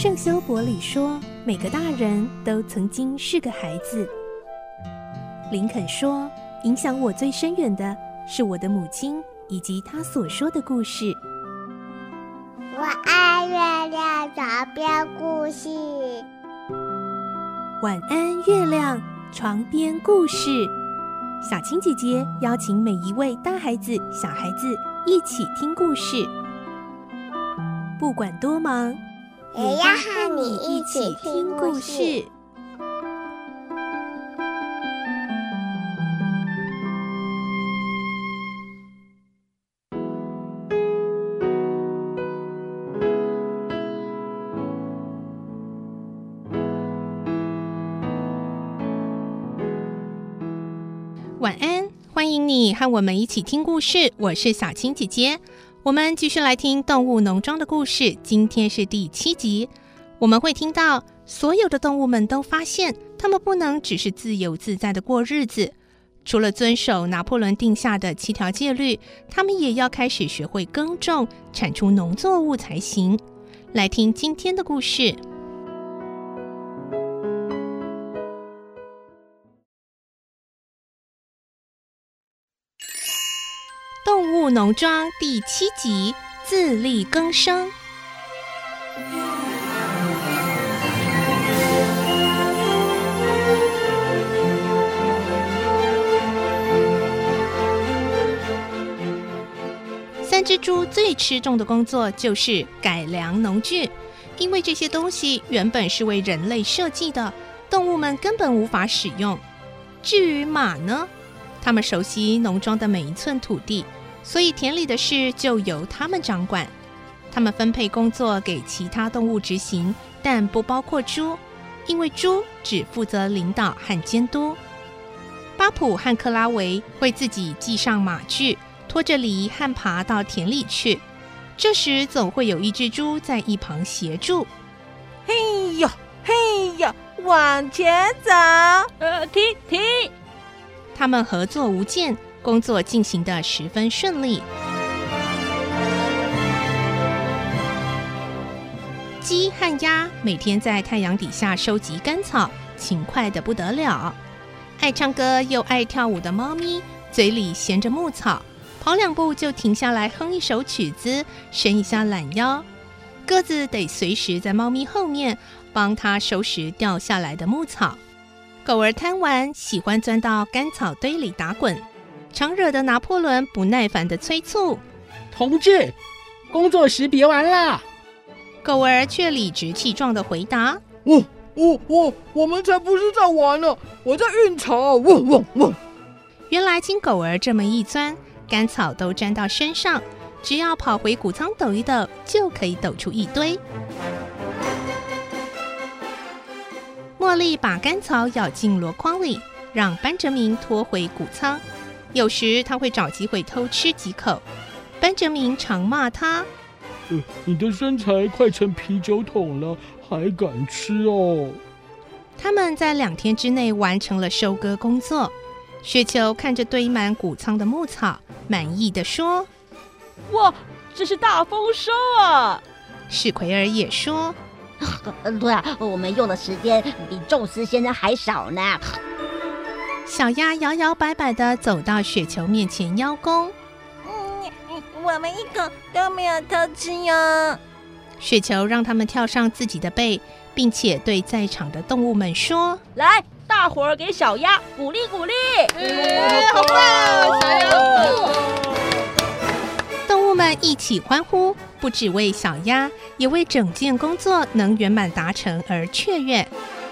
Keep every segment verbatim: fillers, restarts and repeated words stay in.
圣修伯里说，每个大人都曾经是个孩子。林肯说，影响我最深远的是我的母亲以及她所说的故事。 我爱月亮床边故事。 晚安，月亮床边故事。小青姐姐邀请每一位大孩子、小孩子一起听故事，不管多忙， 也要和你一起听故事。 晚安，欢迎你和我们一起听故事，我是小青姐姐。我们继续来听动物农庄的故事，今天是第七集。我们会听到所有的动物们都发现，它们不能只是自由自在的过日子，除了遵守拿破仑定下的七条戒律，它们也要开始学会耕种，产出农作物才行。来听今天的故事。动物农庄第七集，自力更生。三只猪最吃重的工作就是改良农具，因为这些东西原本是为人类设计的，动物们根本无法使用。至于马呢，他们熟悉农庄的每一寸土地，所以田里的事就由他们掌管。他们分配工作给其他动物执行，但不包括猪，因为猪只负责领导和监督。巴普和克拉维会自己系上马具，拖着犁和爬到田里去，这时总会有一只猪在一旁协助。 嘿呀嘿呀，往前走， 呃，停停！ 他们合作无间，工作进行得十分顺利。鸡和鸭每天在太阳底下收集干草，勤快得不得了。爱唱歌又爱跳舞的猫咪嘴里衔着牧草，跑两步就停下来哼一首曲子，伸一下懒腰。鸽子得随时在猫咪后面帮它收拾掉下来的牧草。狗儿贪玩，喜欢钻到干草堆里打滚，常惹得拿破仑不耐烦地催促： 同志，工作时别玩啦！ 狗儿却理直气壮地回答： 我我我我们才不是在玩呢，我在运草！汪汪汪！ 原来经狗儿这么一钻，干草都沾到身上，只要跑回谷仓抖一抖，就可以抖出一堆。茉莉把干草舀进箩筐里，让班哲明拖回谷仓。有时他会找机会偷吃几口，班哲明常骂他： 呃，你的身材快成啤酒桶了，还敢吃哦？ 他们在两天之内完成了收割工作。雪球看着堆满谷仓的牧草，满意地说： 哇，这是大丰收啊！ 史奎尔也说： 对啊，我们用的时间比宙斯先生还少呢。 小鸭摇摇摆摆地走到雪球面前邀功： 嗯，我们一口都没有偷吃哟。 雪球让他们跳上自己的背，并且对在场的动物们说： 来，大伙儿给小鸭鼓励鼓励！ 哎，好棒，小鸭！ 动物们一起欢呼，不只为小鸭，也为整件工作能圆满达成而雀跃。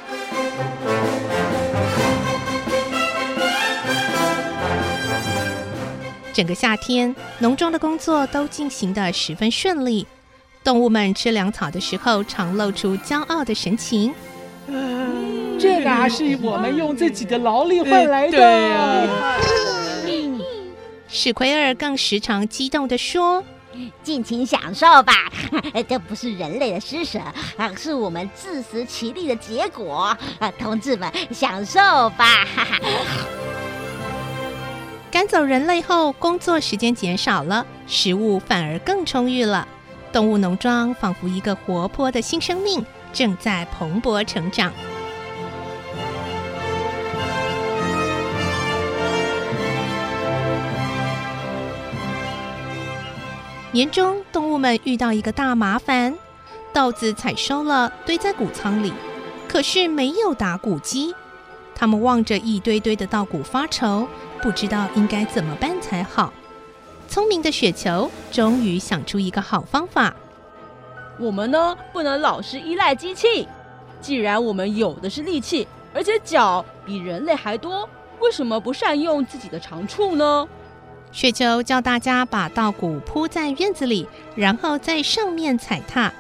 整个夏天，农庄的工作都进行得十分顺利。动物们吃粮草的时候，常露出骄傲的神情。 嗯、这哪是我们用自己的劳力换来的？ 对啊。 史奎尔更时常激动地说： 尽情享受吧，这不是人类的施舍，是我们自食其力的结果。同志们，享受吧！赶走人类后，工作时间减少了，食物反而更充裕了。 动物农庄仿佛一个活泼的新生命，正在蓬勃成长。年中，动物们遇到一个大麻烦，稻子采收了，堆在谷仓里，可是没有打谷机。他们望着一堆堆的稻谷发愁，不知道应该怎么办才好。聪明的雪球终于想出一个好方法。 我们呢，不能老是依赖机器。既然我们有的是力气，而且脚比人类还多，为什么不善用自己的长处呢？ 雪球教大家把稻谷铺在院子里，然后在上面踩踏。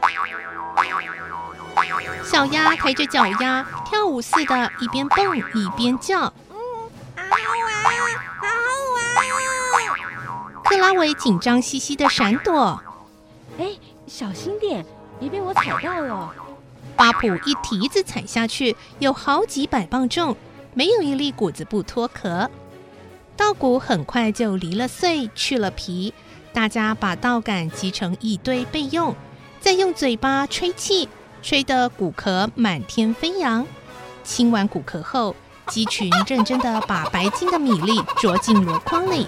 小鸭抬着脚丫，跳舞似的，一边蹦一边叫。 嗯，好好玩，好好玩哦！ 克拉维紧张兮兮的闪躲。 哎，小心点，别被我踩到了。 巴普一蹄子踩下去，有好几百磅重，没有一粒谷子不脱壳。稻谷很快就离了穗，去了皮，大家把稻杆集成一堆备用，再用嘴巴吹气，吹得谷壳满天飞扬。清完谷壳后，鸡群认真地把白金的米粒啄进箩筐里。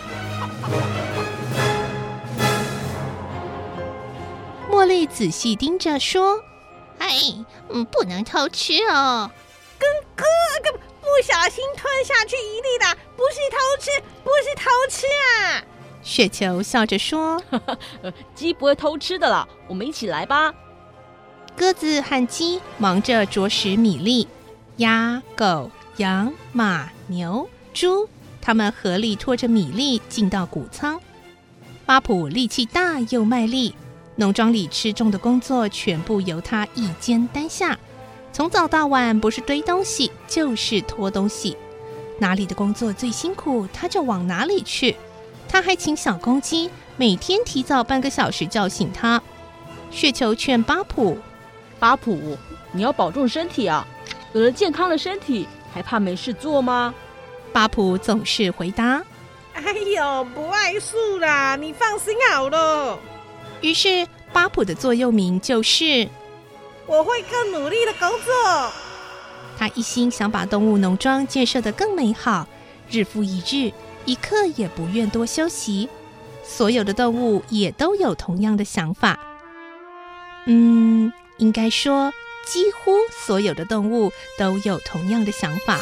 茉莉仔细盯着说：“ 哎，嗯，不能偷吃哦。” 哥哥哥。不小心吞下去一粒的，不是偷吃，不是偷吃啊！ 雪球笑着说：“ 鸡不会偷吃的啦，我们一起来吧。” 鸽子和鸡忙着啄食米粒，鸭、狗、羊、马、牛、猪，它们合力拖着米粒进到谷仓。巴普力气大又卖力，农庄里吃重的工作全部由他一肩担下。从早到晚，不是堆东西就是拖东西，哪里的工作最辛苦，他就往哪里去。他还请小公鸡每天提早半个小时叫醒他。雪球劝巴普：“ 巴普，你要保重身体啊！有了健康的身体，还怕没事做吗？” 巴普总是回答：“ 哎呦，不碍事啦，你放心好了。” 于是巴普的座右铭就是我会更努力的工作。 他一心想把动物农庄建设得更美好，日复一日，一刻也不愿多休息。所有的动物也都有同样的想法。嗯，应该说，几乎所有的动物都有同样的想法。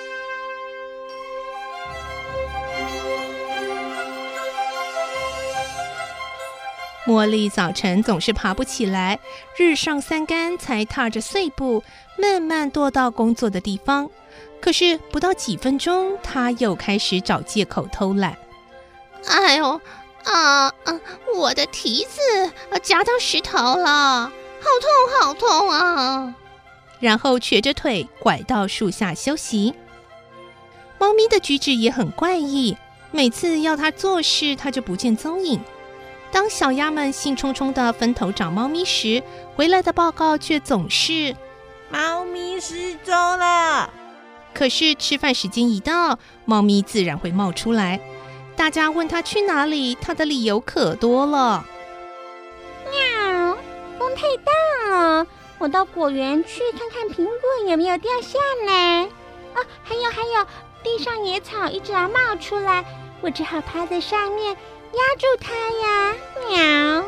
茉莉早晨总是爬不起来，日上三竿才踏着碎步，慢慢踱到工作的地方。可是不到几分钟，她又开始找借口偷懒。 哎呦，啊啊！我的蹄子夹到石头了，好痛好痛啊！ 然后瘸着腿拐到树下休息。猫咪的举止也很怪异，每次要它做事，它就不见踪影。当小鸭们兴冲冲地分头找猫咪时，回来的报告却总是猫咪失踪了。 可是吃饭时间一到，猫咪自然会冒出来。大家问它去哪里，它的理由可多了。 喵，风太大了，我到果园去看看苹果有没有掉下来。啊，还有还有，地上野草一直要冒出来，我只好趴在上面压住它呀，喵。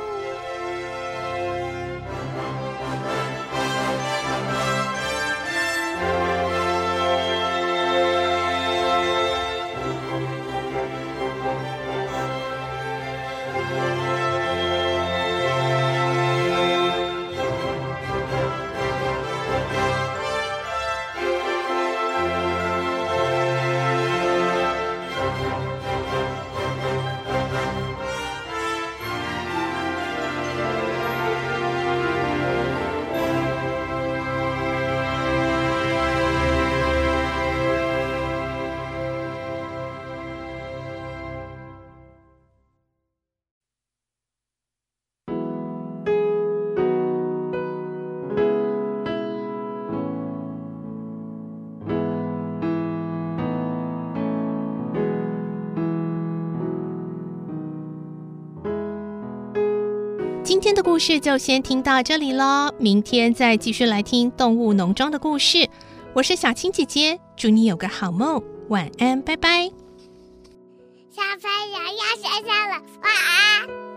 天的故事就先听到这里咯，明天再继续来听动物农庄的故事。我是小青姐姐，祝你有个好梦，晚安，拜拜。 小朋友要睡觉了，晚安。